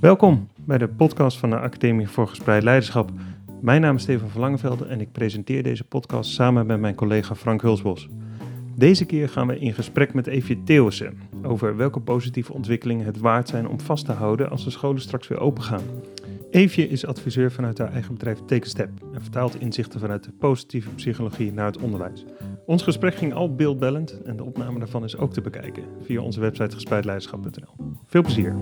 Welkom bij de podcast van de Academie voor Gespreid Leiderschap. Mijn naam is Stefan van Langevelde en ik presenteer deze podcast samen met mijn collega Frank Hulsbos. Deze keer gaan we in gesprek met Eefje Theeuwissen over welke positieve ontwikkelingen het waard zijn om vast te houden als de scholen straks weer open gaan. Eefje is adviseur vanuit haar eigen bedrijf Take a Step en vertaalt inzichten vanuit de positieve psychologie naar het onderwijs. Ons gesprek ging al beeldbellend en de opname daarvan is ook te bekijken via onze website gespreidleiderschap.nl. Veel plezier!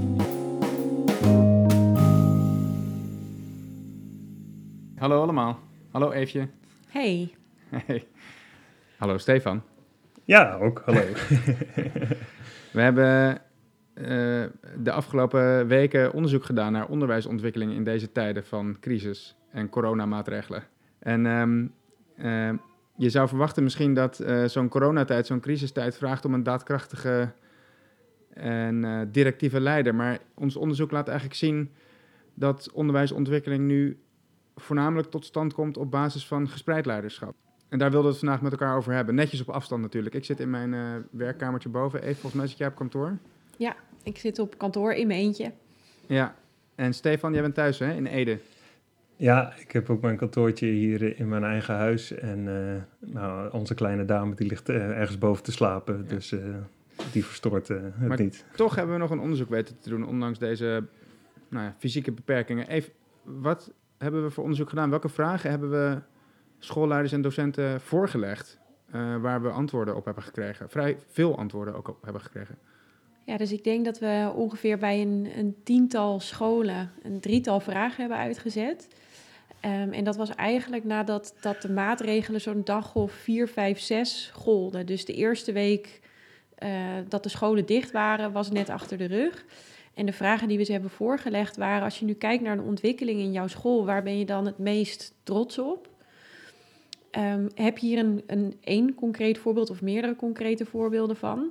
Hallo allemaal. Hallo Eefje. Hey. Hey. Hallo Stefan. Ja, ook. Hallo. We hebben de afgelopen weken onderzoek gedaan naar onderwijsontwikkeling in deze tijden van crisis en coronamaatregelen. En je zou verwachten misschien dat zo'n coronatijd, zo'n crisistijd vraagt om een daadkrachtige en directieve leider. Maar ons onderzoek laat eigenlijk zien dat onderwijsontwikkeling nu voornamelijk tot stand komt op basis van gespreid leiderschap. En daar wilden we het vandaag met elkaar over hebben. Netjes op afstand natuurlijk. Ik zit in mijn werkkamertje boven. Even, volgens mij zit jij op kantoor? Ja, ik zit op kantoor in mijn eentje. Ja. En Stefan, jij bent thuis hè, in Ede? Ja, ik heb ook mijn kantoortje hier in mijn eigen huis. En onze kleine dame die ligt ergens boven te slapen. Ja. Dus die verstoort het maar niet. Toch hebben we nog een onderzoek weten te doen, ondanks deze fysieke beperkingen. Even, wat hebben we voor onderzoek gedaan? Welke vragen hebben we schoolleiders en docenten voorgelegd waar we antwoorden op hebben gekregen? Vrij veel antwoorden ook op hebben gekregen. Ja, dus ik denk dat we ongeveer bij een 10-tal scholen een 3-tal vragen hebben uitgezet. En dat was eigenlijk nadat de maatregelen zo'n dag of 4, 5, 6 golden. Dus de eerste week dat de scholen dicht waren, was net achter de rug. En de vragen die we ze hebben voorgelegd waren: als je nu kijkt naar de ontwikkeling in jouw school, waar ben je dan het meest trots op? Heb je hier één concreet voorbeeld of meerdere concrete voorbeelden van?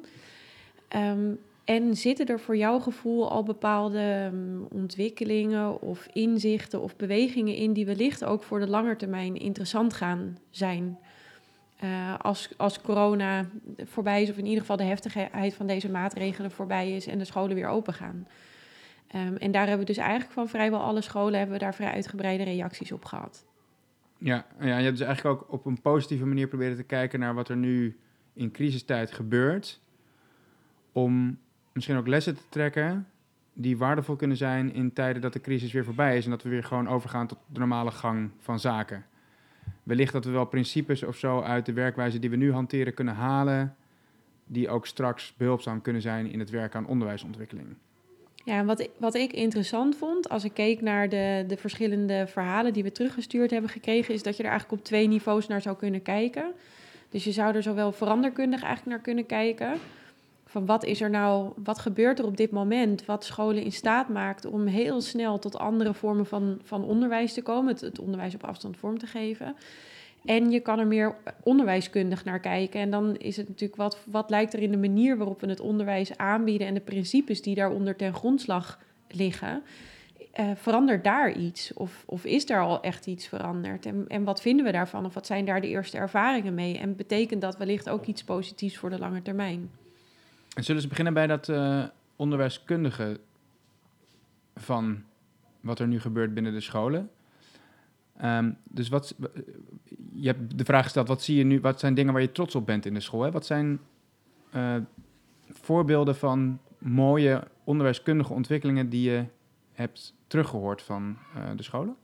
En zitten er voor jouw gevoel al bepaalde ontwikkelingen of inzichten of bewegingen in die wellicht ook voor de langetermijn interessant gaan zijn? Als corona voorbij is, of in ieder geval de heftigheid van deze maatregelen voorbij is en de scholen weer open gaan. En daar hebben we dus eigenlijk van vrijwel alle scholen hebben we daar vrij uitgebreide reacties op gehad. Ja, je hebt dus eigenlijk ook op een positieve manier proberen te kijken naar wat er nu in crisistijd gebeurt, om misschien ook lessen te trekken die waardevol kunnen zijn in tijden dat de crisis weer voorbij is en dat we weer gewoon overgaan tot de normale gang van zaken. Wellicht dat we wel principes of zo uit de werkwijze die we nu hanteren kunnen halen, die ook straks behulpzaam kunnen zijn in het werk aan onderwijsontwikkeling. Ja, wat ik interessant vond, als ik keek naar de verschillende verhalen die we teruggestuurd hebben gekregen, is dat je er eigenlijk op 2 niveaus naar zou kunnen kijken. Dus je zou er zowel veranderkundig eigenlijk naar kunnen kijken, van wat gebeurt er op dit moment, wat scholen in staat maakt om heel snel tot andere vormen van onderwijs te komen, het onderwijs op afstand vorm te geven. En je kan er meer onderwijskundig naar kijken. En dan is het natuurlijk wat lijkt er in de manier waarop we het onderwijs aanbieden en de principes die daaronder ten grondslag liggen. Verandert daar iets? Of is daar al echt iets veranderd? En wat vinden we daarvan? Of wat zijn daar de eerste ervaringen mee? En betekent dat wellicht ook iets positiefs voor de lange termijn? En zullen we beginnen bij dat onderwijskundige van wat er nu gebeurt binnen de scholen? Dus je hebt de vraag gesteld, wat zie je nu? Wat zijn dingen waar je trots op bent in de school? Hè? Wat zijn voorbeelden van mooie onderwijskundige ontwikkelingen die je hebt teruggehoord van de scholen?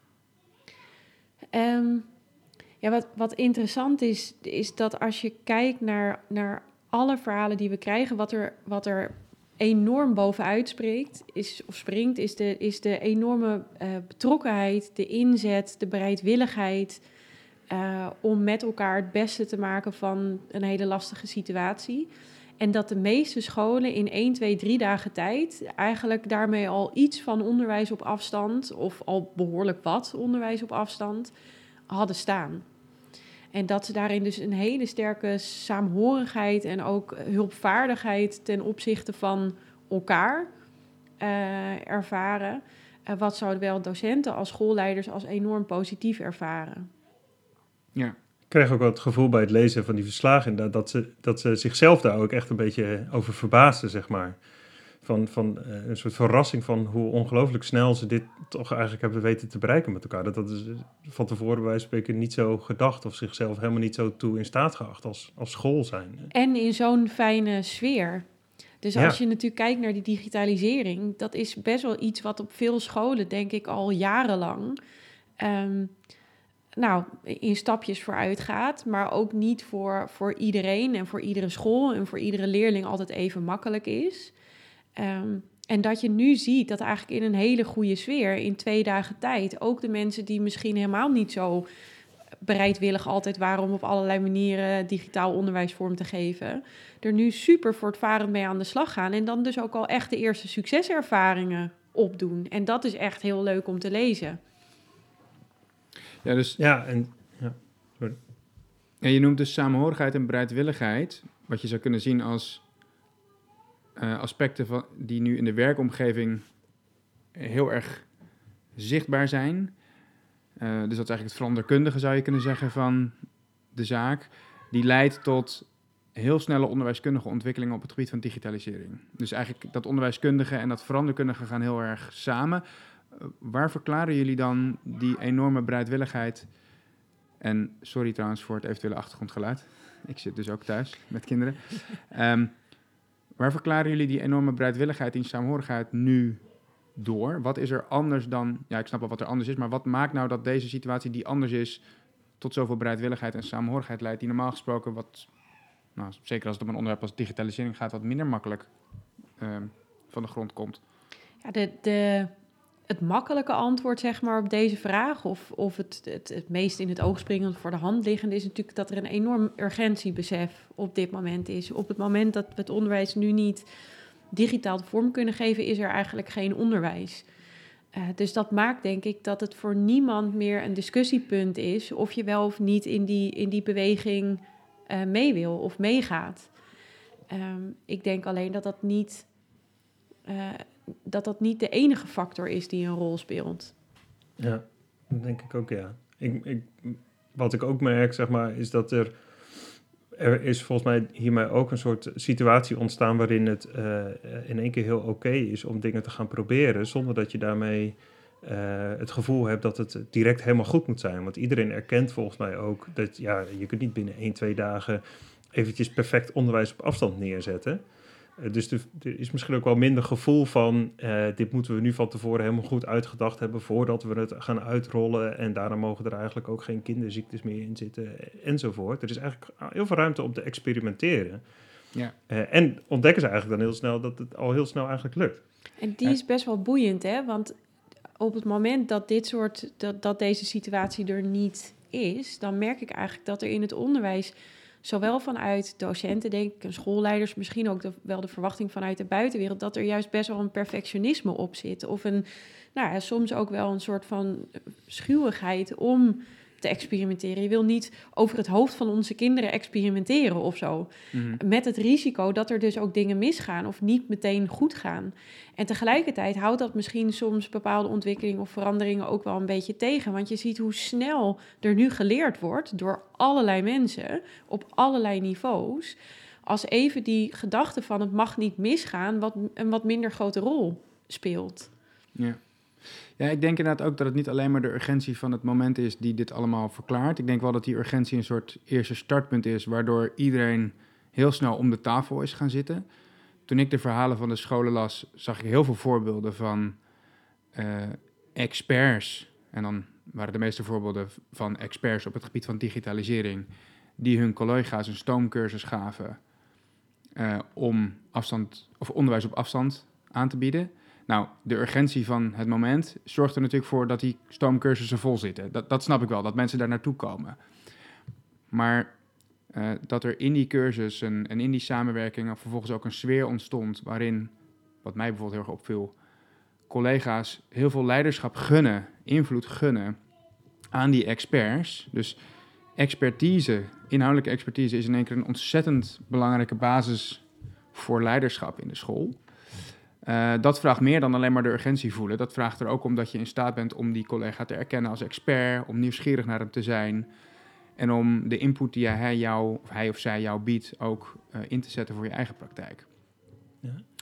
Wat interessant is dat als je kijkt naar alle verhalen die we krijgen, wat er enorm bovenuit springt, is de enorme betrokkenheid, de inzet, de bereidwilligheid om met elkaar het beste te maken van een hele lastige situatie. En dat de meeste scholen in 1, 2, 3 dagen tijd eigenlijk daarmee al iets van onderwijs op afstand, of al behoorlijk wat onderwijs op afstand, hadden staan. En dat ze daarin dus een hele sterke saamhorigheid en ook hulpvaardigheid ten opzichte van elkaar ervaren. Wat zowel docenten als schoolleiders als enorm positief ervaren. Ja. Ik kreeg ook wel het gevoel bij het lezen van die verslagen dat ze zichzelf daar ook echt een beetje over verbaasden, zeg maar. een soort verrassing van hoe ongelooflijk snel ze dit toch eigenlijk hebben weten te bereiken met elkaar. Dat is van tevoren bij wijze van spreken niet zo gedacht of zichzelf helemaal niet zo toe in staat geacht als school zijn. En in zo'n fijne sfeer. Dus als je natuurlijk kijkt naar die digitalisering, dat is best wel iets wat op veel scholen, denk ik, al jarenlang in stapjes vooruit gaat, maar ook niet voor iedereen en voor iedere school en voor iedere leerling altijd even makkelijk is. En dat je nu ziet dat eigenlijk in een hele goede sfeer, in 2 dagen tijd, ook de mensen die misschien helemaal niet zo bereidwillig altijd waren om op allerlei manieren digitaal onderwijs vorm te geven, er nu super voortvarend mee aan de slag gaan en dan dus ook al echt de eerste succeservaringen opdoen. En dat is echt heel leuk om te lezen. Ja, dus... Sorry. Ja, je noemt dus samenhorigheid en bereidwilligheid, wat je zou kunnen zien als aspecten die nu in de werkomgeving heel erg zichtbaar zijn. Dus dat is eigenlijk het veranderkundige, zou je kunnen zeggen, van de zaak. Die leidt tot heel snelle onderwijskundige ontwikkelingen op het gebied van digitalisering. Dus eigenlijk dat onderwijskundige en dat veranderkundige gaan heel erg samen. Waar verklaren jullie dan die enorme bereidwilligheid? En sorry trouwens voor het eventuele achtergrondgeluid. Ik zit dus ook thuis met kinderen. Waar verklaren jullie die enorme bereidwilligheid en samenhorigheid nu door? Wat is er anders dan... Ja, ik snap wel wat er anders is, maar wat maakt nou dat deze situatie die anders is tot zoveel bereidwilligheid en samenhorigheid leidt, die normaal gesproken zeker als het om een onderwerp als digitalisering gaat, wat minder makkelijk van de grond komt? Ja, het makkelijke antwoord, zeg maar, op deze vraag, of het meest in het oog springend voor de hand liggende, is natuurlijk dat er een enorm urgentiebesef op dit moment is. Op het moment dat we het onderwijs nu niet digitaal vorm kunnen geven, is er eigenlijk geen onderwijs. Dus dat maakt, denk ik, dat het voor niemand meer een discussiepunt is of je wel of niet in die beweging mee wil of meegaat. Ik denk alleen dat dat niet de enige factor is die een rol speelt. Ja, dat denk ik ook, ja. Wat ik ook merk, zeg maar, is dat er is volgens mij hiermee ook een soort situatie ontstaan waarin het in één keer heel oké is om dingen te gaan proberen, zonder dat je daarmee het gevoel hebt dat het direct helemaal goed moet zijn. Want iedereen erkent volgens mij ook dat je kunt niet binnen 1-2 dagen eventjes perfect onderwijs op afstand neerzetten. Dus er is misschien ook wel minder gevoel van dit moeten we nu van tevoren helemaal goed uitgedacht hebben voordat we het gaan uitrollen en daarna mogen er eigenlijk ook geen kinderziektes meer in zitten enzovoort. Er is eigenlijk heel veel ruimte om te experimenteren. Ja. En ontdekken ze eigenlijk dan heel snel dat het al heel snel eigenlijk lukt. En die is best wel boeiend, hè? Want op het moment dat dat deze situatie er niet is, dan merk ik eigenlijk dat er in het onderwijs, zowel vanuit docenten, denk ik, en schoolleiders, misschien ook wel de verwachting vanuit de buitenwereld, dat er juist best wel een perfectionisme op zit. Of soms ook wel een soort van schuwigheid om te experimenteren. Je wil niet over het hoofd van onze kinderen experimenteren of zo. Mm-hmm. Met het risico dat er dus ook dingen misgaan of niet meteen goed gaan. En tegelijkertijd houdt dat misschien soms bepaalde ontwikkelingen of veranderingen ook wel een beetje tegen. Want je ziet hoe snel er nu geleerd wordt door allerlei mensen op allerlei niveaus. Als even die gedachte van het mag niet misgaan een wat minder grote rol speelt. Ja. Ja, ik denk inderdaad ook dat het niet alleen maar de urgentie van het moment is die dit allemaal verklaart. Ik denk wel dat die urgentie een soort eerste startpunt is, waardoor iedereen heel snel om de tafel is gaan zitten. Toen ik de verhalen van de scholen las, zag ik heel veel voorbeelden van experts. En dan waren de meeste voorbeelden van experts op het gebied van digitalisering, die hun collega's een stoomcursus gaven om onderwijs op afstand aan te bieden. Nou, de urgentie van het moment zorgt er natuurlijk voor dat die stoomcursussen vol zitten. Dat snap ik wel, dat mensen daar naartoe komen. Maar dat er in die cursus en in die samenwerking vervolgens ook een sfeer ontstond waarin, wat mij bijvoorbeeld heel erg opviel, collega's heel veel leiderschap gunnen, invloed gunnen aan die experts. Dus inhoudelijke expertise is in één keer een ontzettend belangrijke basis voor leiderschap in de school. Dat vraagt meer dan alleen maar de urgentie voelen. Dat vraagt er ook om dat je in staat bent om die collega te erkennen als expert, om nieuwsgierig naar hem te zijn en om de input die hij of zij jou biedt ook in te zetten voor je eigen praktijk. Ja.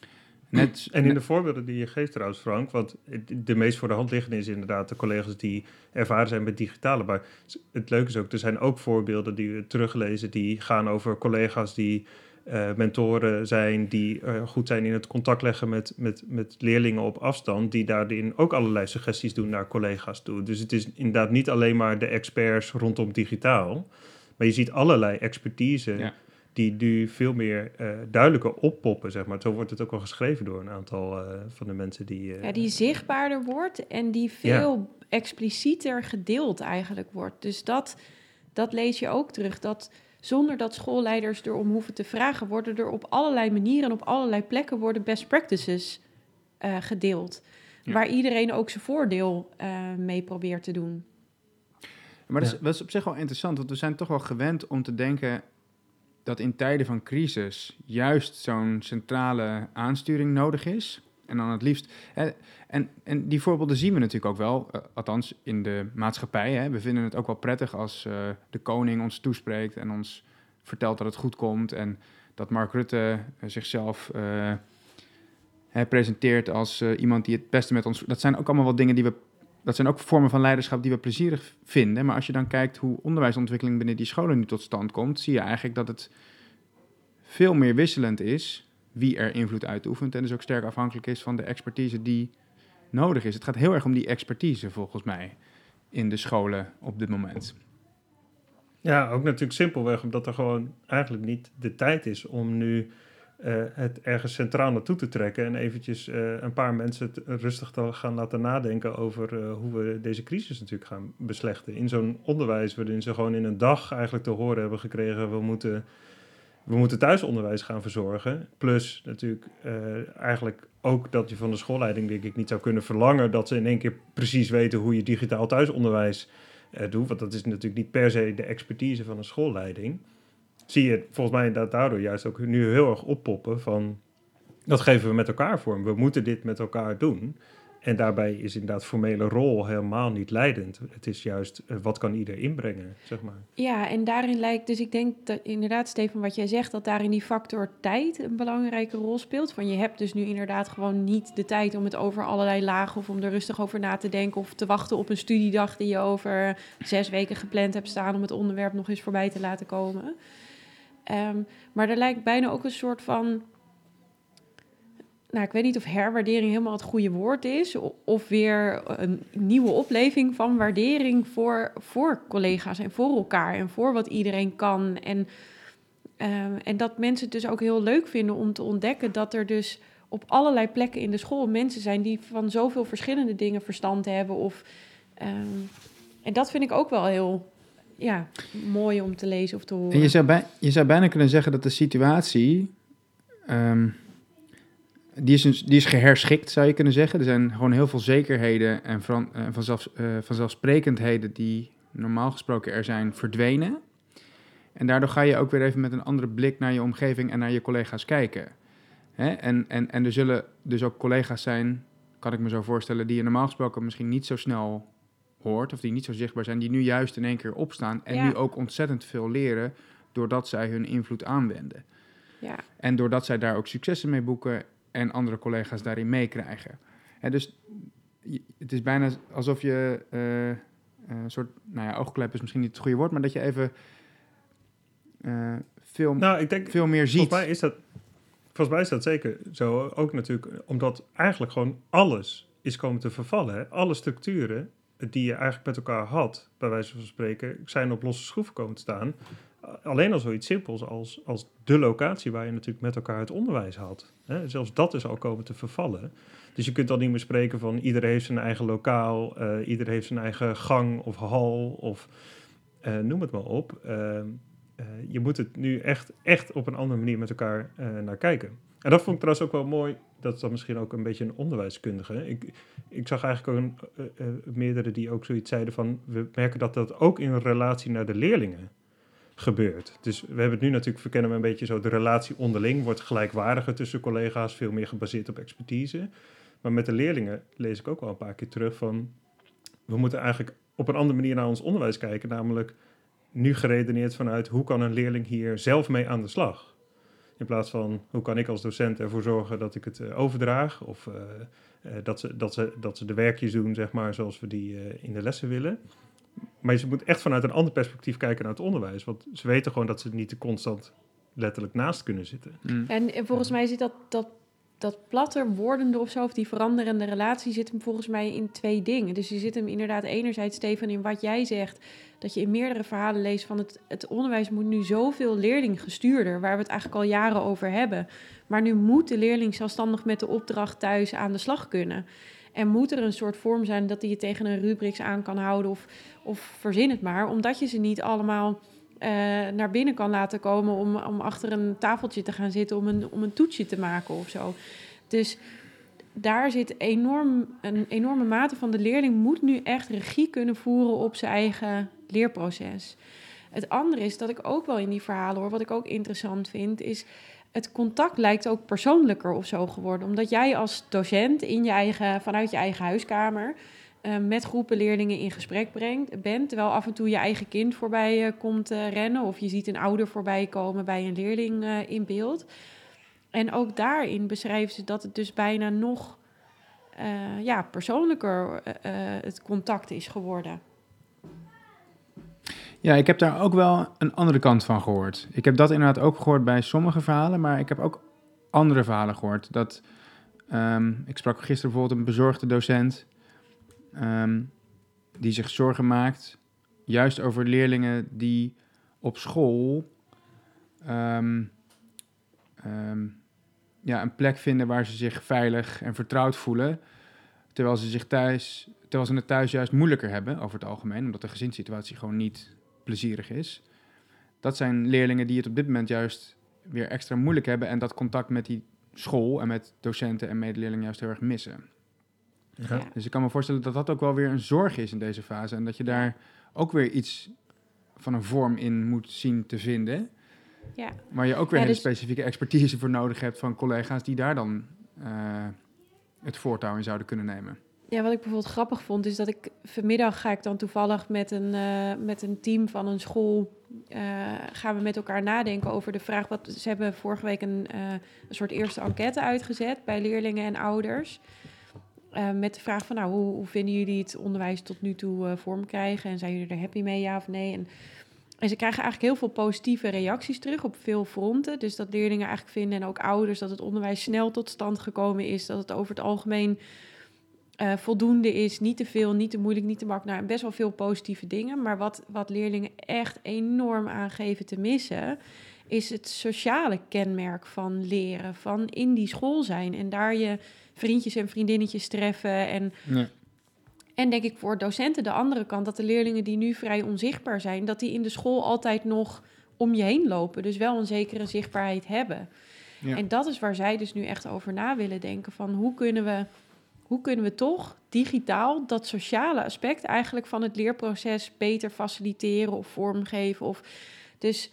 En in de voorbeelden die je geeft trouwens, Frank, want de meest voor de hand liggende is inderdaad de collega's die ervaren zijn met digitale. Maar het leuke is ook, er zijn ook voorbeelden die we teruglezen die gaan over collega's die mentoren zijn, die goed zijn in het contact leggen met leerlingen op afstand, die daarin ook allerlei suggesties doen naar collega's toe. Dus het is inderdaad niet alleen maar de experts rondom digitaal, maar je ziet allerlei expertise die nu veel meer duidelijker oppoppen, zeg maar. Zo wordt het ook al geschreven door een aantal van de mensen die... die zichtbaarder wordt en die veel explicieter gedeeld eigenlijk wordt. Dus dat lees je ook terug, dat zonder dat schoolleiders erom hoeven te vragen, worden er op allerlei manieren en op allerlei plekken worden best practices gedeeld. Ja. Waar iedereen ook zijn voordeel mee probeert te doen. Maar dat is op zich wel interessant, want we zijn toch wel gewend om te denken dat in tijden van crisis juist zo'n centrale aansturing nodig is. En dan het liefst... En die voorbeelden zien we natuurlijk ook wel, althans in de maatschappij. Hè. We vinden het ook wel prettig als de koning ons toespreekt en ons vertelt dat het goed komt. En dat Mark Rutte zichzelf presenteert als iemand die het beste met ons... Dat zijn ook allemaal wel dingen dat zijn ook vormen van leiderschap die we plezierig vinden. Maar als je dan kijkt hoe onderwijsontwikkeling binnen die scholen nu tot stand komt, zie je eigenlijk dat het veel meer wisselend is wie er invloed uitoefent en dus ook sterk afhankelijk is van de expertise die nodig is. Het gaat heel erg om die expertise volgens mij in de scholen op dit moment. Ja, ook natuurlijk simpelweg omdat er gewoon eigenlijk niet de tijd is om nu het ergens centraal naartoe te trekken en eventjes een paar mensen rustig te gaan laten nadenken over hoe we deze crisis natuurlijk gaan beslechten. In zo'n onderwijs waarin ze gewoon in een dag eigenlijk te horen hebben gekregen, we moeten thuisonderwijs gaan verzorgen. Plus natuurlijk eigenlijk ook dat je van de schoolleiding denk ik niet zou kunnen verlangen dat ze in één keer precies weten hoe je digitaal thuisonderwijs doet. Want dat is natuurlijk niet per se de expertise van een schoolleiding. Zie je volgens mij dat daardoor juist ook nu heel erg oppoppen van dat geven we met elkaar vorm. We moeten dit met elkaar doen. En daarbij is inderdaad formele rol helemaal niet leidend. Het is juist wat kan ieder inbrengen, zeg maar. Ja, en daarin lijkt, dus ik denk dat inderdaad, Stefan, wat jij zegt, dat daarin die factor tijd een belangrijke rol speelt. Van je hebt dus nu inderdaad gewoon niet de tijd om het over allerlei lagen of om er rustig over na te denken of te wachten op een studiedag die je over 6 weken gepland hebt staan om het onderwerp nog eens voorbij te laten komen. Maar er lijkt bijna ook een soort van, nou, ik weet niet of herwaardering helemaal het goede woord is, of weer een nieuwe opleving van waardering voor collega's en voor elkaar en voor wat iedereen kan. En dat mensen het dus ook heel leuk vinden om te ontdekken dat er dus op allerlei plekken in de school mensen zijn die van zoveel verschillende dingen verstand hebben. En dat vind ik ook wel heel mooi om te lezen of te horen. En je zou bijna kunnen zeggen dat de situatie, die is geherschikt, zou je kunnen zeggen. Er zijn gewoon heel veel zekerheden en vanzelfsprekendheden die normaal gesproken er zijn verdwenen. En daardoor ga je ook weer even met een andere blik naar je omgeving en naar je collega's kijken. Hè? En er zullen dus ook collega's zijn, kan ik me zo voorstellen, die je normaal gesproken misschien niet zo snel hoort, of die niet zo zichtbaar zijn, die nu juist in één keer opstaan en nu ook ontzettend veel leren doordat zij hun invloed aanwenden. Ja. En doordat zij daar ook successen mee boeken en andere collega's daarin meekrijgen. En dus het is bijna alsof je een soort, oogklep is misschien niet het goede woord, maar dat je even veel meer ziet. Volgens mij is dat zeker zo. Ook natuurlijk omdat eigenlijk gewoon alles is komen te vervallen. Hè? Alle structuren die je eigenlijk met elkaar had, bij wijze van spreken, zijn op losse schroeven komen te staan. Alleen al zoiets simpels als de locatie waar je natuurlijk met elkaar het onderwijs had. Hè? Zelfs dat is al komen te vervallen. Dus je kunt dan niet meer spreken van iedereen heeft zijn eigen lokaal, iedereen heeft zijn eigen gang of hal of noem het maar op. Je moet het nu echt op een andere manier met elkaar naar kijken. En dat vond ik trouwens ook wel mooi. Dat is dan misschien ook een beetje een onderwijskundige. Ik zag eigenlijk ook meerdere die ook zoiets zeiden van, we merken dat dat ook in relatie naar de leerlingen gebeurt. Dus we hebben het nu natuurlijk, verkennen we een beetje zo, de relatie onderling wordt gelijkwaardiger tussen collega's, veel meer gebaseerd op expertise. Maar met de leerlingen lees ik ook wel een paar keer terug van, we moeten eigenlijk op een andere manier naar ons onderwijs kijken, namelijk nu geredeneerd vanuit hoe kan een leerling hier zelf mee aan de slag. In plaats van, hoe kan ik als docent ervoor zorgen dat ik het overdraag? Of dat ze de werkjes doen, zeg maar, zoals we die in de lessen willen. Maar je moet echt vanuit een ander perspectief kijken naar het onderwijs. Want ze weten gewoon dat ze niet te constant letterlijk naast kunnen zitten. En volgens mij zit dat platter wordende of zo, of die veranderende relatie, zit hem volgens mij in 2 dingen. Dus je zit hem inderdaad enerzijds, Stefan, in wat jij zegt, dat je in meerdere verhalen leest van het onderwijs moet nu zoveel leerlinggestuurder, waar we het eigenlijk al jaren over hebben. Maar nu moet de leerling zelfstandig met de opdracht thuis aan de slag kunnen. En moet er een soort vorm zijn dat hij je tegen een rubrics aan kan houden of verzin het maar, omdat je ze niet allemaal naar binnen kan laten komen om achter een tafeltje te gaan zitten om een toetsje te maken of zo. Dus daar zit een enorme mate van de leerling moet nu echt regie kunnen voeren op zijn eigen leerproces. Het andere is dat ik ook wel in die verhalen hoor, wat ik ook interessant vind, is het contact lijkt ook persoonlijker of zo geworden. Omdat jij als docent vanuit je eigen huiskamer met groepen leerlingen in gesprek bent, terwijl af en toe je eigen kind voorbij komt rennen of je ziet een ouder voorbij komen bij een leerling in beeld. En ook daarin beschrijven ze dat het dus bijna nog persoonlijker het contact is geworden. Ja, ik heb daar ook wel een andere kant van gehoord. Ik heb dat inderdaad ook gehoord bij sommige verhalen, maar ik heb ook andere verhalen gehoord. Ik sprak gisteren bijvoorbeeld een bezorgde docent die zich zorgen maakt, juist over leerlingen die op school een plek vinden waar ze zich veilig en vertrouwd voelen, terwijl ze het thuis juist moeilijker hebben over het algemeen, omdat de gezinssituatie gewoon niet plezierig is. Dat zijn leerlingen die het op dit moment juist weer extra moeilijk hebben en dat contact met die school en met docenten en medeleerlingen juist heel erg missen. Ja. Dus ik kan me voorstellen dat dat ook wel weer een zorg is in deze fase en dat je daar ook weer iets van een vorm in moet zien te vinden. Ja. Maar je ook weer hele specifieke expertise voor nodig hebt van collega's die daar dan het voortouw in zouden kunnen nemen. Ja, wat ik bijvoorbeeld grappig vond, is dat vanmiddag ga ik dan toevallig met een team van een school, gaan we met elkaar nadenken over de vraag, ze hebben vorige week een soort eerste enquête uitgezet bij leerlingen en ouders. Met de vraag van, hoe vinden jullie het onderwijs tot nu toe vorm krijgen? En zijn jullie er happy mee, ja of nee? En ze krijgen eigenlijk heel veel positieve reacties terug op veel fronten. Dus dat leerlingen eigenlijk vinden en ook ouders dat het onderwijs snel tot stand gekomen is. Dat het over het algemeen voldoende is. Niet te veel, niet te moeilijk, niet te makkelijk. Best wel veel positieve dingen. Maar wat leerlingen echt enorm aangeven te missen, is het sociale kenmerk van leren. Van in die school zijn en daar je vriendjes en vriendinnetjes treffen. En denk ik voor docenten de andere kant, dat de leerlingen die nu vrij onzichtbaar zijn, dat die in de school altijd nog om je heen lopen. Dus wel een zekere zichtbaarheid hebben. Ja. En dat is waar zij dus nu echt over na willen denken. Van hoe kunnen we toch digitaal dat sociale aspect eigenlijk van het leerproces beter faciliteren of vormgeven. Dus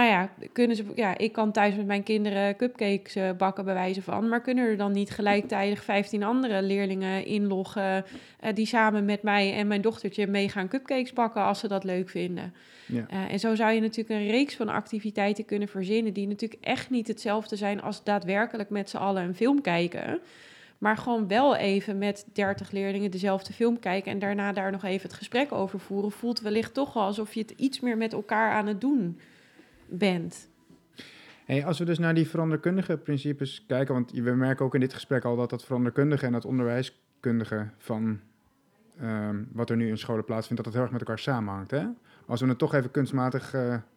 ik kan thuis met mijn kinderen cupcakes bakken bij wijze van, maar kunnen er dan niet gelijktijdig 15 andere leerlingen inloggen die samen met mij en mijn dochtertje mee gaan cupcakes bakken als ze dat leuk vinden? Ja. En zo zou je natuurlijk een reeks van activiteiten kunnen verzinnen die natuurlijk echt niet hetzelfde zijn als daadwerkelijk met z'n allen een film kijken, maar gewoon wel even met 30 leerlingen dezelfde film kijken en daarna daar nog even het gesprek over voeren, voelt wellicht toch wel alsof je het iets meer met elkaar aan het doen bent. Hey, als we dus naar die veranderkundige principes kijken, want we merken ook in dit gesprek al dat veranderkundige en dat onderwijskundige van wat er nu in scholen plaatsvindt, dat het heel erg met elkaar samenhangt. Hè? Als we het toch even kunstmatig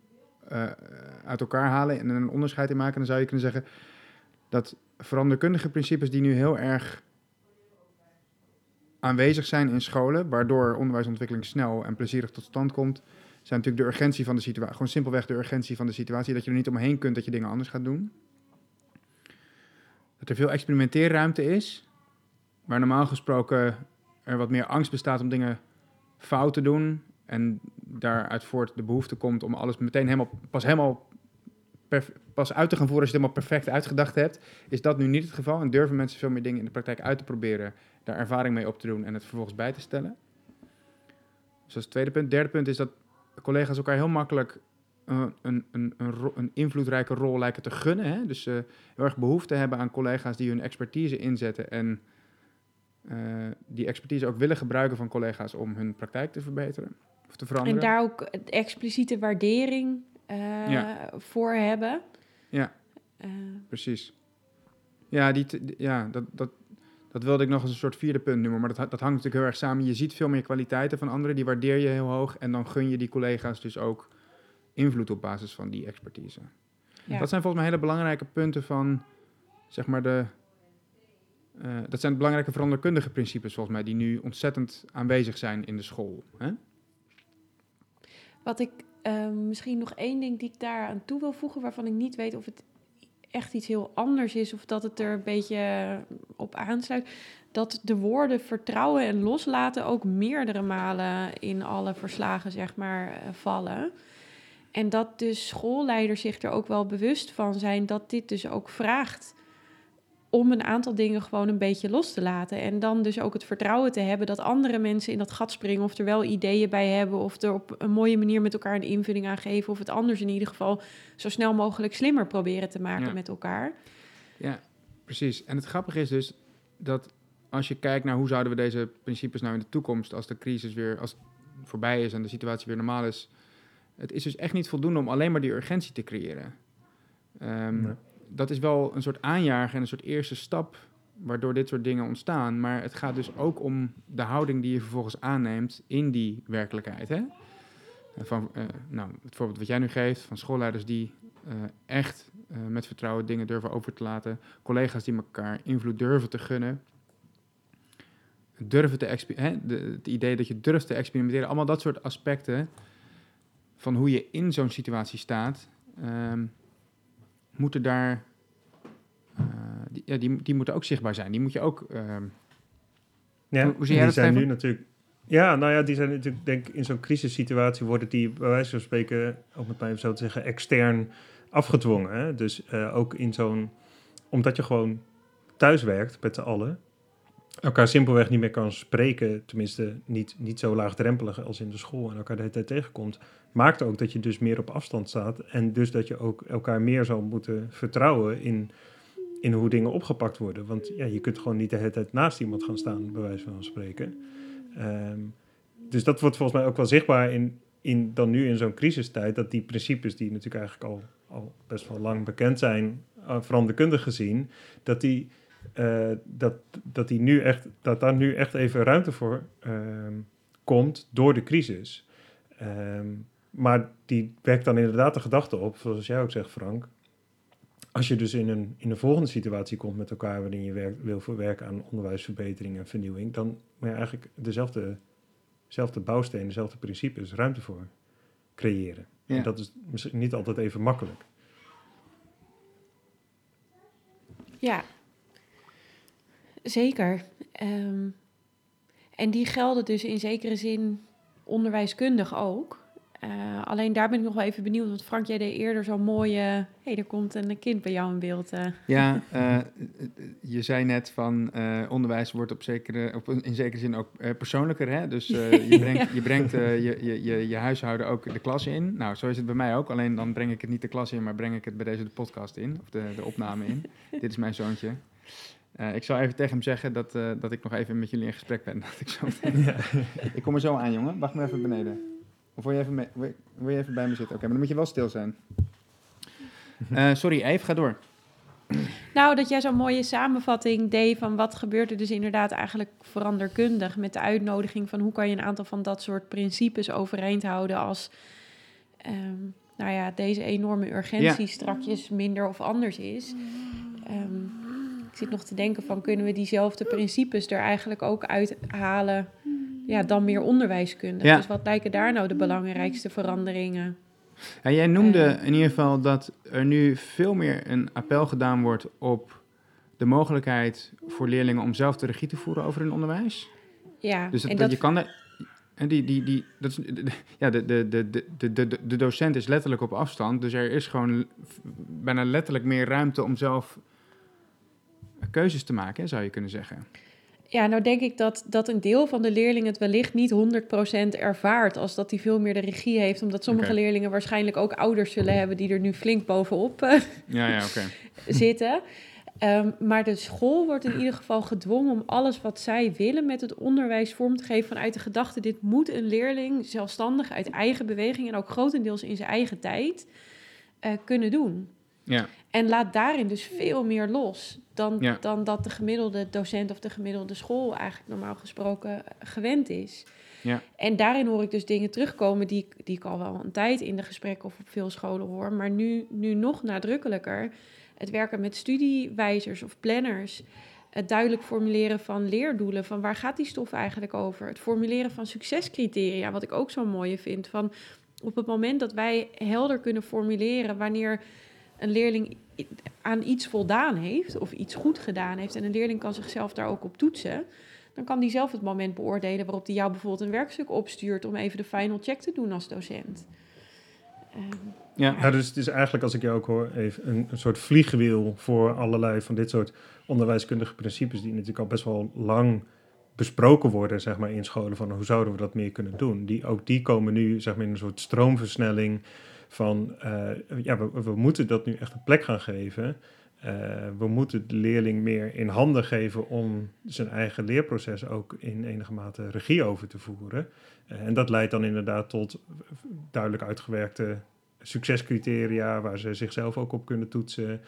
uit elkaar halen en een onderscheid in maken, dan zou je kunnen zeggen dat veranderkundige principes die nu heel erg aanwezig zijn in scholen, waardoor onderwijsontwikkeling snel en plezierig tot stand komt, zijn natuurlijk de urgentie van de situatie. Gewoon simpelweg de urgentie van de situatie, dat je er niet omheen kunt dat je dingen anders gaat doen. Dat er veel experimenteerruimte is, waar normaal gesproken er wat meer angst bestaat om dingen fout te doen en daaruit voort de behoefte komt om alles meteen pas uit te gaan voeren als je het helemaal perfect uitgedacht hebt, is dat nu niet het geval en durven mensen veel meer dingen in de praktijk uit te proberen, daar ervaring mee op te doen en het vervolgens bij te stellen. Dus dat is het tweede punt. Derde punt is dat collega's elkaar heel makkelijk een invloedrijke rol lijken te gunnen. Hè? Dus heel erg behoefte hebben aan collega's die hun expertise inzetten en die expertise ook willen gebruiken van collega's om hun praktijk te verbeteren of te veranderen. En daar ook expliciete waardering voor hebben. Ja, precies. Ja, dat wilde ik nog als een soort vierde punt noemen, maar dat hangt natuurlijk heel erg samen. Je ziet veel meer kwaliteiten van anderen, die waardeer je heel hoog en dan gun je die collega's dus ook invloed op basis van die expertise. Ja. Dat zijn volgens mij hele belangrijke punten van, zeg maar, dat zijn belangrijke veranderkundige principes volgens mij, die nu ontzettend aanwezig zijn in de school. Hè? Wat ik misschien nog één ding die ik daar aan toe wil voegen, waarvan ik niet weet of het echt iets heel anders is of dat het er een beetje op aansluit, dat de woorden vertrouwen en loslaten ook meerdere malen in alle verslagen, zeg maar, vallen. En dat dus schoolleiders zich er ook wel bewust van zijn dat dit dus ook vraagt om een aantal dingen gewoon een beetje los te laten. En dan dus ook het vertrouwen te hebben dat andere mensen in dat gat springen of er wel ideeën bij hebben of er op een mooie manier met elkaar een invulling aan geven of het anders in ieder geval zo snel mogelijk slimmer proberen te maken met elkaar. Ja, precies. En het grappige is dus dat als je kijkt naar hoe zouden we deze principes nou in de toekomst, als de crisis weer als het voorbij is en de situatie weer normaal is, het is dus echt niet voldoende om alleen maar die urgentie te creëren. Dat is wel een soort aanjager en een soort eerste stap waardoor dit soort dingen ontstaan. Maar het gaat dus ook om de houding die je vervolgens aanneemt in die werkelijkheid. Hè? Het voorbeeld wat jij nu geeft van schoolleiders die echt met vertrouwen dingen durven over te laten. Collega's die elkaar invloed durven te gunnen. Het idee dat je durft te experimenteren. Allemaal dat soort aspecten van hoe je in zo'n situatie staat, moeten daar, die moeten ook zichtbaar zijn. Die moet je ook. Hoe zie jij dat zijn nu natuurlijk? Ja, nou ja, die zijn natuurlijk, denk ik, in zo'n crisissituatie worden die, bij wijze van spreken, om het maar even zo te zeggen, extern afgedwongen. Hè? Dus ook in zo'n, omdat je gewoon thuis werkt met z'n allen, elkaar simpelweg niet meer kan spreken, tenminste niet zo laagdrempelig als in de school en elkaar de hele tijd tegenkomt, maakt ook dat je dus meer op afstand staat en dus dat je ook elkaar meer zou moeten vertrouwen in hoe dingen opgepakt worden. Want ja, je kunt gewoon niet de hele tijd naast iemand gaan staan, bij wijze van spreken. Dus dat wordt volgens mij ook wel zichtbaar dan nu in zo'n crisistijd, dat die principes die natuurlijk eigenlijk al best wel lang bekend zijn, veranderkundig gezien, dat daar nu echt even ruimte voor komt door de crisis. Maar die wekt dan inderdaad de gedachte op, zoals jij ook zegt, Frank. Als je dus in een volgende situatie komt met elkaar waarin je wil werken aan onderwijsverbetering en vernieuwing, dan moet je eigenlijk dezelfde bouwstenen, dezelfde principes ruimte voor creëren. Ja. En dat is misschien niet altijd even makkelijk. Ja, zeker. En die gelden dus in zekere zin onderwijskundig ook. Alleen daar ben ik nog wel even benieuwd, want Frank, jij deed eerder zo'n mooie, er komt een kind bij jou in beeld. Ja, je zei net van onderwijs wordt in zekere zin ook persoonlijker. Hè? Dus je brengt je huishouden ook de klas in. Nou, zo is het bij mij ook. Alleen dan breng ik het niet de klas in, maar breng ik het bij deze de podcast in. Of de opname in. Dit is mijn zoontje. Ik zal even tegen hem zeggen dat ik nog even met jullie in gesprek ben. Ik kom er zo aan, jongen. Wacht maar even beneden. Of wil je even bij me zitten? Oké, maar dan moet je wel stil zijn. Sorry, Eve, ga door. Nou, dat jij zo'n mooie samenvatting deed van wat gebeurt er dus inderdaad eigenlijk veranderkundig met de uitnodiging van hoe kan je een aantal van dat soort principes overeind houden als deze enorme urgentie strakjes minder of anders is. Ik zit nog te denken van kunnen we diezelfde principes er eigenlijk ook uithalen, dan meer onderwijskundig. Ja. Dus wat lijken daar nou de belangrijkste veranderingen? Ja, jij noemde in ieder geval dat er nu veel meer een appel gedaan wordt op de mogelijkheid voor leerlingen om zelf de regie te voeren over hun onderwijs. Ja, dus je kan de docent is letterlijk op afstand, dus er is gewoon bijna letterlijk meer ruimte om zelf keuzes te maken, zou je kunnen zeggen. Ja, nou denk ik dat een deel van de leerlingen het wellicht niet 100% ervaart, als dat hij veel meer de regie heeft, omdat sommige leerlingen waarschijnlijk ook ouders zullen hebben die er nu flink bovenop zitten. Maar de school wordt in ieder geval gedwongen om alles wat zij willen met het onderwijs vorm te geven vanuit de gedachte, dit moet een leerling zelfstandig uit eigen beweging en ook grotendeels in zijn eigen tijd kunnen doen. Ja. En laat daarin dus veel meer los dan dat de gemiddelde docent of de gemiddelde school eigenlijk normaal gesproken gewend is. Ja. En daarin hoor ik dus dingen terugkomen die ik al wel een tijd in de gesprekken of op veel scholen hoor, maar nu nog nadrukkelijker. Het werken met studiewijzers of planners, het duidelijk formuleren van leerdoelen, van waar gaat die stof eigenlijk over? Het formuleren van succescriteria, wat ik ook zo mooi vind, van op het moment dat wij helder kunnen formuleren wanneer een leerling aan iets voldaan heeft of iets goed gedaan heeft en een leerling kan zichzelf daar ook op toetsen, dan kan die zelf het moment beoordelen waarop die jou bijvoorbeeld een werkstuk opstuurt om even de final check te doen als docent. Ja, dus het is eigenlijk, als ik jou ook hoor, even een soort vliegwiel voor allerlei van dit soort onderwijskundige principes die natuurlijk al best wel lang besproken worden, zeg maar, in scholen, van hoe zouden we dat meer kunnen doen. Die komen nu, zeg maar, in een soort stroomversnelling van, we moeten dat nu echt een plek gaan geven. We moeten de leerling meer in handen geven om zijn eigen leerproces ook in enige mate regie over te voeren. En dat leidt dan inderdaad tot duidelijk uitgewerkte succescriteria waar ze zichzelf ook op kunnen toetsen.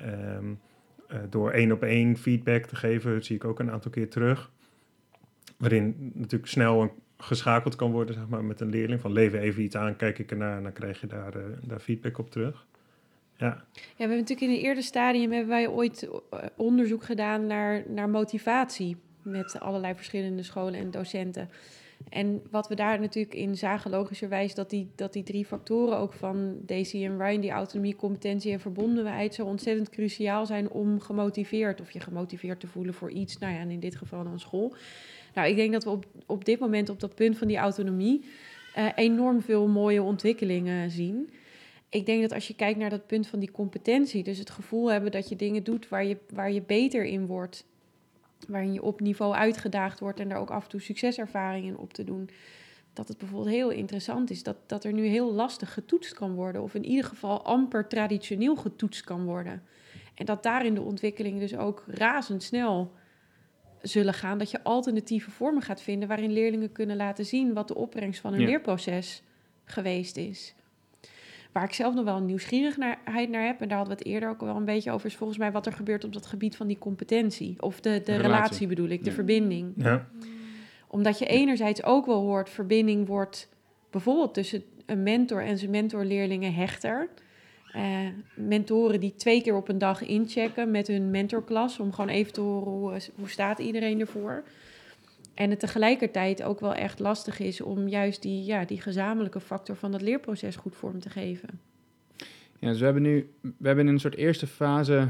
Door 1-op-1 feedback te geven, dat zie ik ook een aantal keer terug. Waarin natuurlijk snel geschakeld kan worden, zeg maar, met een leerling. Van lever even iets aan, kijk ik ernaar en dan krijg je daar feedback op terug. Ja, we hebben natuurlijk in een eerder stadium hebben wij ooit onderzoek gedaan naar motivatie met allerlei verschillende scholen en docenten. En wat we daar natuurlijk in zagen, logischerwijs, dat die 3 factoren ook van Daisy en Ryan, die autonomie, competentie en verbondenheid, zo ontzettend cruciaal zijn om je gemotiveerd te voelen voor iets, nou ja, en in dit geval dan school. Nou, ik denk dat we op dit moment op dat punt van die autonomie enorm veel mooie ontwikkelingen zien. Ik denk dat als je kijkt naar dat punt van die competentie, dus het gevoel hebben dat je dingen doet waar je beter in wordt, waarin je op niveau uitgedaagd wordt en daar ook af en toe succeservaringen in op te doen, dat het bijvoorbeeld heel interessant is dat er nu heel lastig getoetst kan worden, of in ieder geval amper traditioneel getoetst kan worden. En dat daarin de ontwikkelingen dus ook razendsnel zullen gaan, dat je alternatieve vormen gaat vinden waarin leerlingen kunnen laten zien wat de opbrengst van hun leerproces geweest is. Waar ik zelf nog wel een nieuwsgierigheid naar heb, en daar hadden we het eerder ook wel een beetje over, is volgens mij wat er gebeurt op dat gebied van die competentie. Of de relatie bedoel ik, de verbinding. Ja. Omdat je enerzijds ook wel hoort, verbinding wordt bijvoorbeeld tussen een mentor en zijn mentorleerlingen hechter. Mentoren die 2 keer op een dag inchecken met hun mentorklas, om gewoon even te horen hoe staat iedereen ervoor. En het tegelijkertijd ook wel echt lastig is om juist die gezamenlijke factor van dat leerproces goed vorm te geven. Ja, dus we hebben in een soort eerste fase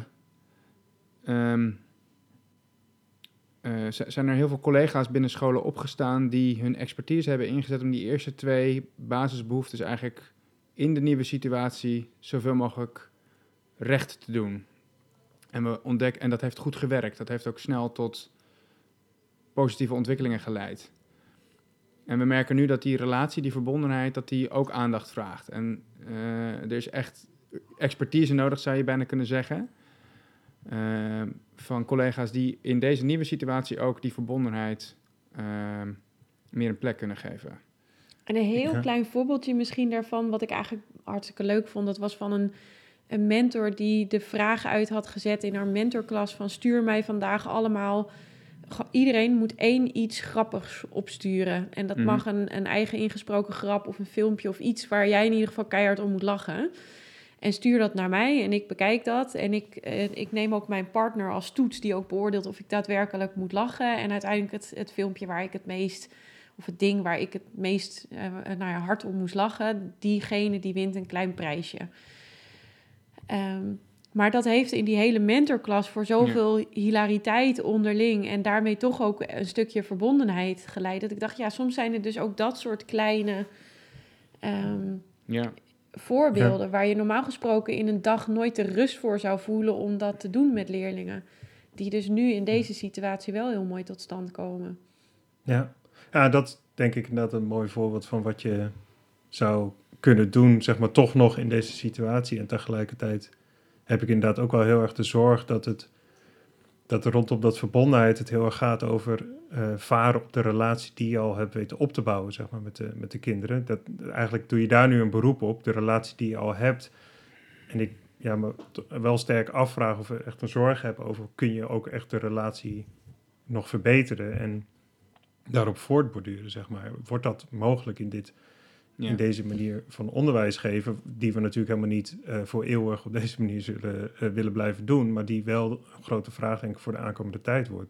zijn er heel veel collega's binnen scholen opgestaan die hun expertise hebben ingezet om die eerste 2 basisbehoeftes eigenlijk in de nieuwe situatie zoveel mogelijk recht te doen. En dat heeft goed gewerkt. Dat heeft ook snel tot positieve ontwikkelingen geleid. En we merken nu dat die relatie, die verbondenheid, dat die ook aandacht vraagt. En er is echt expertise nodig, zou je bijna kunnen zeggen, van collega's die in deze nieuwe situatie ook die verbondenheid meer een plek kunnen geven. En een heel klein voorbeeldje misschien daarvan, wat ik eigenlijk hartstikke leuk vond, dat was van een mentor die de vraag uit had gezet in haar mentorklas van stuur mij vandaag allemaal, iedereen moet 1 iets grappigs opsturen. En dat mag een eigen ingesproken grap of een filmpje of iets waar jij in ieder geval keihard om moet lachen. En stuur dat naar mij en ik bekijk dat. En ik neem ook mijn partner als toets die ook beoordeelt of ik daadwerkelijk moet lachen. En uiteindelijk het filmpje waar ik het meest, of het ding waar ik het meest hard om moest lachen, diegene die wint een klein prijsje. Maar dat heeft in die hele mentorklas voor zoveel hilariteit onderling en daarmee toch ook een stukje verbondenheid geleid. Dat ik dacht, ja, soms zijn er dus ook dat soort kleine voorbeelden waar je normaal gesproken in een dag nooit de rust voor zou voelen om dat te doen met leerlingen. die dus nu in deze situatie wel heel mooi tot stand komen. Ja, dat is denk ik inderdaad een mooi voorbeeld van wat je zou kunnen doen, zeg maar, toch nog in deze situatie. En tegelijkertijd heb ik inderdaad ook wel heel erg de zorg dat er rondom dat verbondenheid het heel erg gaat over varen op de relatie die je al hebt weten op te bouwen, zeg maar, met de kinderen. Eigenlijk doe je daar nu een beroep op, de relatie die je al hebt. En ik me wel sterk afvraag of ik echt een zorg heb over, kun je ook echt de relatie nog verbeteren en daarop voortborduren, zeg maar. Wordt dat mogelijk in deze manier van onderwijs geven, die we natuurlijk helemaal niet voor eeuwig op deze manier zullen willen blijven doen, maar die wel een grote vraag, denk ik, voor de aankomende tijd wordt.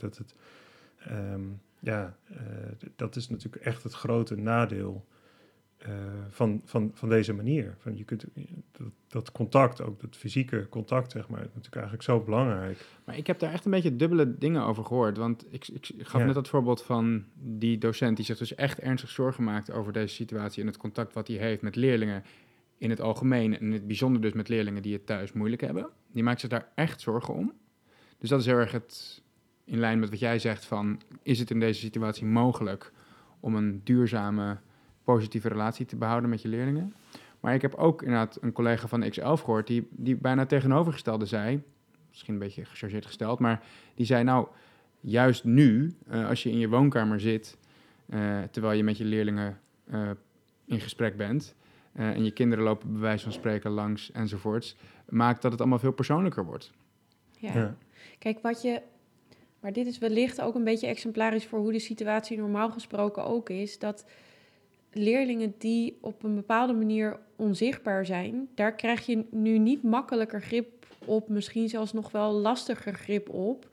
Dat is natuurlijk echt het grote nadeel van deze manier. Van je kunt dat contact, ook dat fysieke contact, zeg maar, is natuurlijk eigenlijk zo belangrijk. Maar ik heb daar echt een beetje dubbele dingen over gehoord. Want ik gaf net dat voorbeeld van die docent die zich dus echt ernstig zorgen maakt over deze situatie en het contact wat hij heeft met leerlingen in het algemeen en in het bijzonder dus met leerlingen die het thuis moeilijk hebben. Die maakt zich daar echt zorgen om. Dus dat is heel erg in lijn met wat jij zegt van, is het in deze situatie mogelijk om een duurzame, positieve relatie te behouden met je leerlingen? Maar ik heb ook inderdaad een collega van X11 gehoord die bijna tegenovergestelde zei, misschien een beetje gechargeerd gesteld, maar die zei nou, juist nu, als je in je woonkamer zit, terwijl je met je leerlingen in gesprek bent, en je kinderen lopen bij wijze van spreken langs enzovoorts, maakt dat het allemaal veel persoonlijker wordt. Ja. Kijk, maar dit is wellicht ook een beetje exemplarisch voor hoe de situatie normaal gesproken ook is, dat leerlingen die op een bepaalde manier onzichtbaar zijn, daar krijg je nu niet makkelijker grip op, misschien zelfs nog wel lastiger grip op,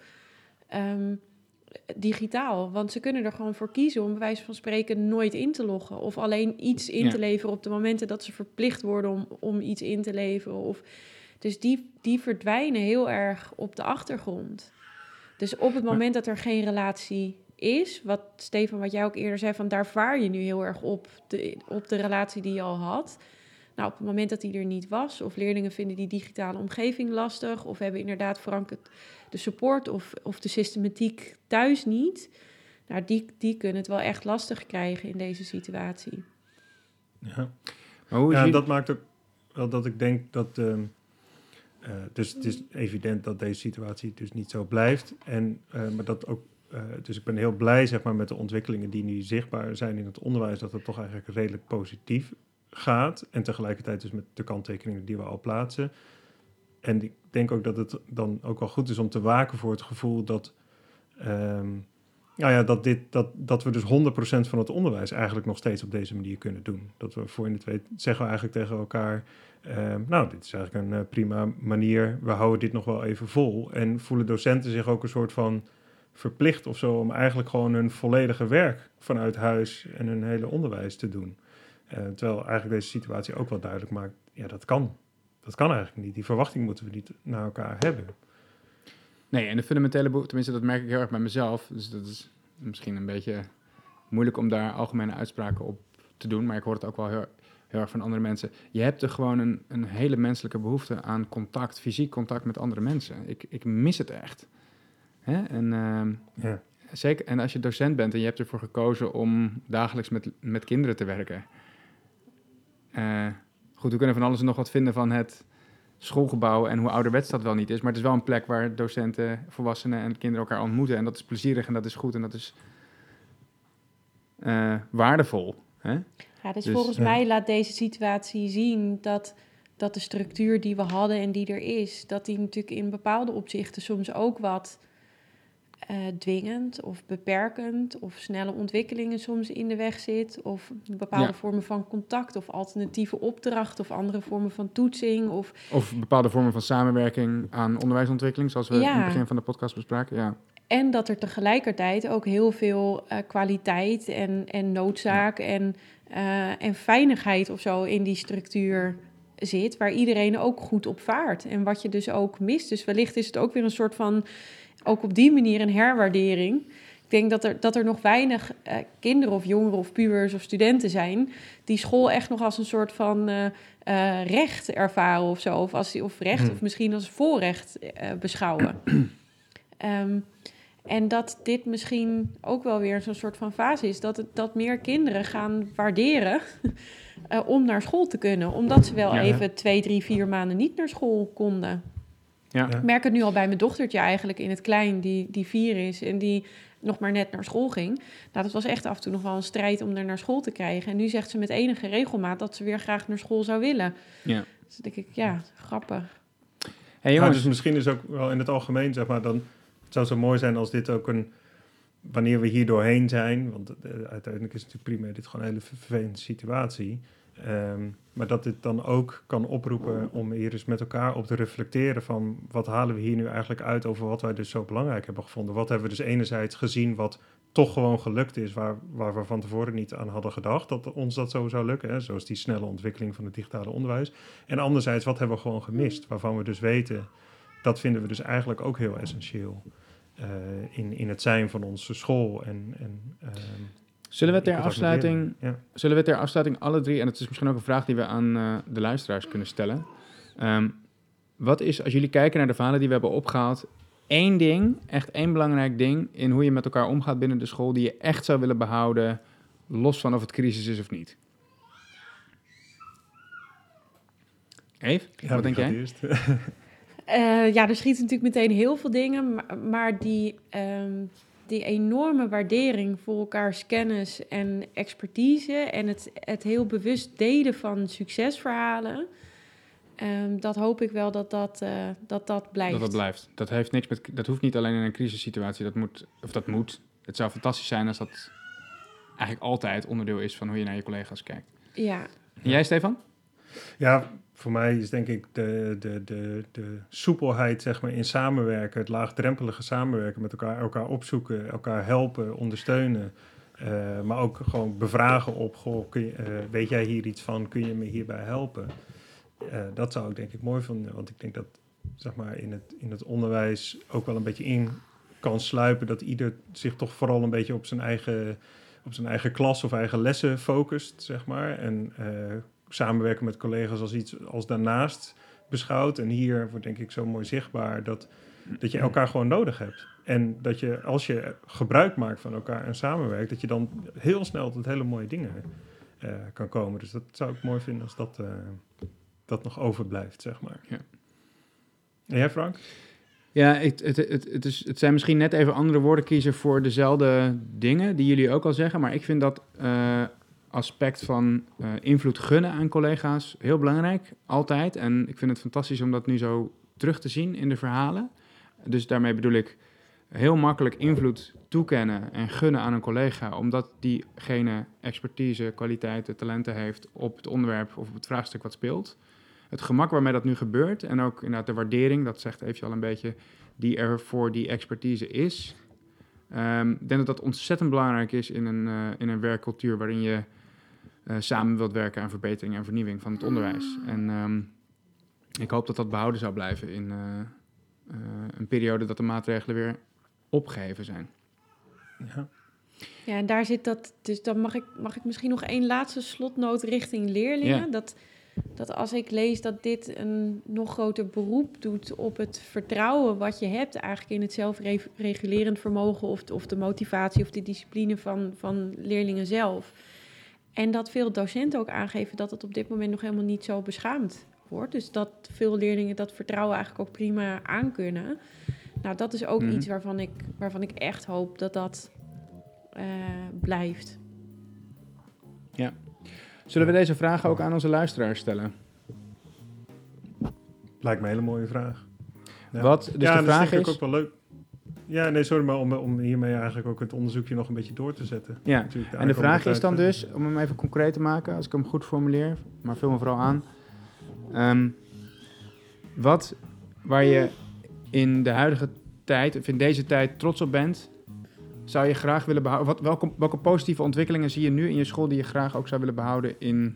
digitaal. Want ze kunnen er gewoon voor kiezen om bij wijze van spreken nooit in te loggen of alleen iets in te leveren op de momenten dat ze verplicht worden om iets in te leveren. Dus die verdwijnen heel erg op de achtergrond. Dus op het moment dat er geen relatie is, wat jij ook eerder zei, van daar vaar je nu heel erg op de relatie die je al had. Nou, op het moment dat die er niet was, of leerlingen vinden die digitale omgeving lastig, of hebben inderdaad verankerd de support of de systematiek thuis niet, nou, die kunnen het wel echt lastig krijgen in deze situatie. Ja, maar dat maakt ook wel dat ik denk dat dus het is evident dat deze situatie dus niet zo blijft. Maar dat ook, dus ik ben heel blij, zeg maar, met de ontwikkelingen die nu zichtbaar zijn in het onderwijs, dat het toch eigenlijk redelijk positief gaat. En tegelijkertijd dus met de kanttekeningen die we al plaatsen. En ik denk ook dat het dan ook wel goed is om te waken voor het gevoel dat dat we dus 100% van het onderwijs eigenlijk nog steeds op deze manier kunnen doen. Dat we voor in het weet zeggen we eigenlijk tegen elkaar, dit is eigenlijk een prima manier, we houden dit nog wel even vol. En voelen docenten zich ook een soort van verplicht of zo om eigenlijk gewoon hun volledige werk vanuit huis en hun hele onderwijs te doen. Terwijl eigenlijk deze situatie ook wel duidelijk maakt, dat kan eigenlijk niet. Die verwachting moeten we niet naar elkaar hebben. Nee, en de fundamentele behoefte, tenminste dat merk ik heel erg bij mezelf, dus dat is misschien een beetje moeilijk om daar algemene uitspraken op te doen, maar ik hoor het ook wel heel erg van andere mensen. Je hebt er gewoon een hele menselijke behoefte aan contact, fysiek contact met andere mensen. Ik mis het echt. Hè? En zeker, en als je docent bent en je hebt ervoor gekozen om dagelijks met kinderen te werken. Goed, we kunnen van alles en nog wat vinden van het schoolgebouw en hoe ouderwets dat wel niet is, maar het is wel een plek waar docenten, volwassenen en kinderen elkaar ontmoeten en dat is plezierig en dat is goed en dat is waardevol. Hè? Ja, dus volgens mij laat deze situatie zien dat de structuur die we hadden en die er is, dat die natuurlijk in bepaalde opzichten soms ook wat dwingend of beperkend of snelle ontwikkelingen soms in de weg zit of bepaalde vormen van contact of alternatieve opdracht of andere vormen van toetsing of bepaalde vormen van samenwerking aan onderwijsontwikkeling, zoals we in het begin van de podcast bespraken. Ja. En dat er tegelijkertijd ook heel veel kwaliteit en noodzaak en fijnigheid of zo in die structuur zit, waar iedereen ook goed op vaart en wat je dus ook mist. Dus wellicht is het ook weer een soort van, ook op die manier een herwaardering. Ik denk dat er nog weinig kinderen of jongeren of pubers of studenten zijn die school echt nog als een soort van recht ervaren of zo, of recht of misschien als voorrecht beschouwen. En dat dit misschien ook wel weer zo'n soort van fase is. Dat meer kinderen gaan waarderen om naar school te kunnen. Omdat ze wel even 2, 3, 4 maanden niet naar school konden. Ja. Ik merk het nu al bij mijn dochtertje eigenlijk in het klein, die 4 is en die nog maar net naar school ging. Nou, dat was echt af en toe nog wel een strijd om er naar school te krijgen. En nu zegt ze met enige regelmaat dat ze weer graag naar school zou willen. Ja. Dus dan denk ik, ja, grappig. Hey, jongens. Dus misschien is ook wel in het algemeen, zeg maar, dan het zou zo mooi zijn als dit ook wanneer we hier doorheen zijn, want uiteindelijk is het natuurlijk prima, dit gewoon een hele vervelende situatie. Maar dat dit dan ook kan oproepen om hier eens met elkaar op te reflecteren van wat halen we hier nu eigenlijk uit over wat wij dus zo belangrijk hebben gevonden. Wat hebben we dus enerzijds gezien wat toch gewoon gelukt is, waar we van tevoren niet aan hadden gedacht dat ons dat zo zou lukken, hè? Zoals die snelle ontwikkeling van het digitale onderwijs. En anderzijds, wat hebben we gewoon gemist, waarvan we dus weten, dat vinden we dus eigenlijk ook heel essentieel in het zijn van onze school. Zullen we ter afsluiting alle drie, en het is misschien ook een vraag die we aan de luisteraars kunnen stellen. Wat is, als jullie kijken naar de verhalen die we hebben opgehaald, één ding, echt één belangrijk ding in hoe je met elkaar omgaat binnen de school die je echt zou willen behouden, los van of het crisis is of niet? Eve, wat denk jij? Er schieten natuurlijk meteen heel veel dingen, maar die enorme waardering voor elkaars kennis en expertise en het heel bewust delen van succesverhalen, dat hoop ik wel dat blijft. Dat blijft. Dat hoeft niet alleen in een crisissituatie. Dat moet. Het zou fantastisch zijn als dat eigenlijk altijd onderdeel is van hoe je naar je collega's kijkt. Ja. En jij, Stefan? Ja, voor mij is denk ik de soepelheid, zeg maar, in samenwerken, het laagdrempelige samenwerken met elkaar opzoeken, elkaar helpen, ondersteunen. Maar ook gewoon bevragen op, goh, weet jij hier iets van, kun je me hierbij helpen? Dat zou ik denk ik mooi vinden, want ik denk dat, zeg maar, in het onderwijs ook wel een beetje in kan sluipen dat ieder zich toch vooral een beetje op zijn eigen klas of eigen lessen focust, zeg maar. En samenwerken met collega's als iets als daarnaast beschouwt. En hier wordt denk ik zo mooi zichtbaar dat je elkaar gewoon nodig hebt. En dat je, als je gebruik maakt van elkaar en samenwerkt, dat je dan heel snel tot hele mooie dingen kan komen. Dus dat zou ik mooi vinden als dat nog overblijft, zeg maar. Ja. En jij, Frank? Ja, het zijn misschien net even andere woorden kiezen voor dezelfde dingen die jullie ook al zeggen. Maar ik vind dat aspect van invloed gunnen aan collega's heel belangrijk, altijd. En ik vind het fantastisch om dat nu zo terug te zien in de verhalen. Dus daarmee bedoel ik heel makkelijk invloed toekennen en gunnen aan een collega, omdat diegene expertise, kwaliteiten, talenten heeft op het onderwerp of op het vraagstuk wat speelt. Het gemak waarmee dat nu gebeurt en ook inderdaad de waardering, dat zegt Eefje al een beetje, die er voor die expertise is. Ik denk dat ontzettend belangrijk is in een werkcultuur waarin je samen wilt werken aan verbetering en vernieuwing van het onderwijs. En ik hoop dat dat behouden zou blijven in een periode dat de maatregelen weer opgeheven zijn. Ja, en daar zit dat. Dus dan mag ik misschien nog één laatste slotnoot richting leerlingen. Ja. Dat als ik lees dat dit een nog groter beroep doet op het vertrouwen wat je hebt eigenlijk in het zelfregulerend vermogen of de motivatie of de discipline van leerlingen zelf. En dat veel docenten ook aangeven dat het op dit moment nog helemaal niet zo beschaamd wordt. Dus dat veel leerlingen dat vertrouwen eigenlijk ook prima aankunnen. Nou, dat is ook iets waarvan ik echt hoop dat blijft. Ja. Zullen we deze vragen ook aan onze luisteraars stellen? Lijkt me een hele mooie vraag. Ja. Wat? Dus de vraag dat is ook wel leuk. Ja, nee, sorry, maar om hiermee eigenlijk ook het onderzoekje nog een beetje door te zetten. Ja, en de vraag is dan dus, om hem even concreet te maken, als ik hem goed formuleer, maar vul me vooral aan. Wat waar je in de huidige tijd, of in deze tijd trots op bent, zou je graag willen behouden? Welke positieve ontwikkelingen zie je nu in je school die je graag ook zou willen behouden in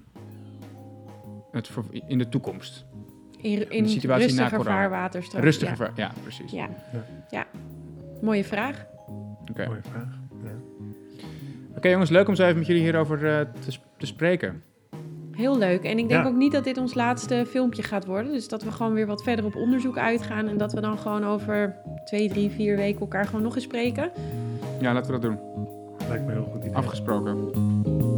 de toekomst? In de situatie na rustiger corona. vaarwater straks. Rustiger ja, precies. Ja. Mooie vraag. Okay. Mooie vraag, ja. Oké, jongens, leuk om zo even met jullie hierover te spreken. Heel leuk. En ik denk Ja. ook niet dat dit ons laatste filmpje gaat worden. Dus dat we gewoon weer wat verder op onderzoek uitgaan. En dat we dan gewoon over 2, 3, 4 weken elkaar gewoon nog eens spreken. Ja, laten we dat doen. Lijkt me een heel goed idee. Afgesproken.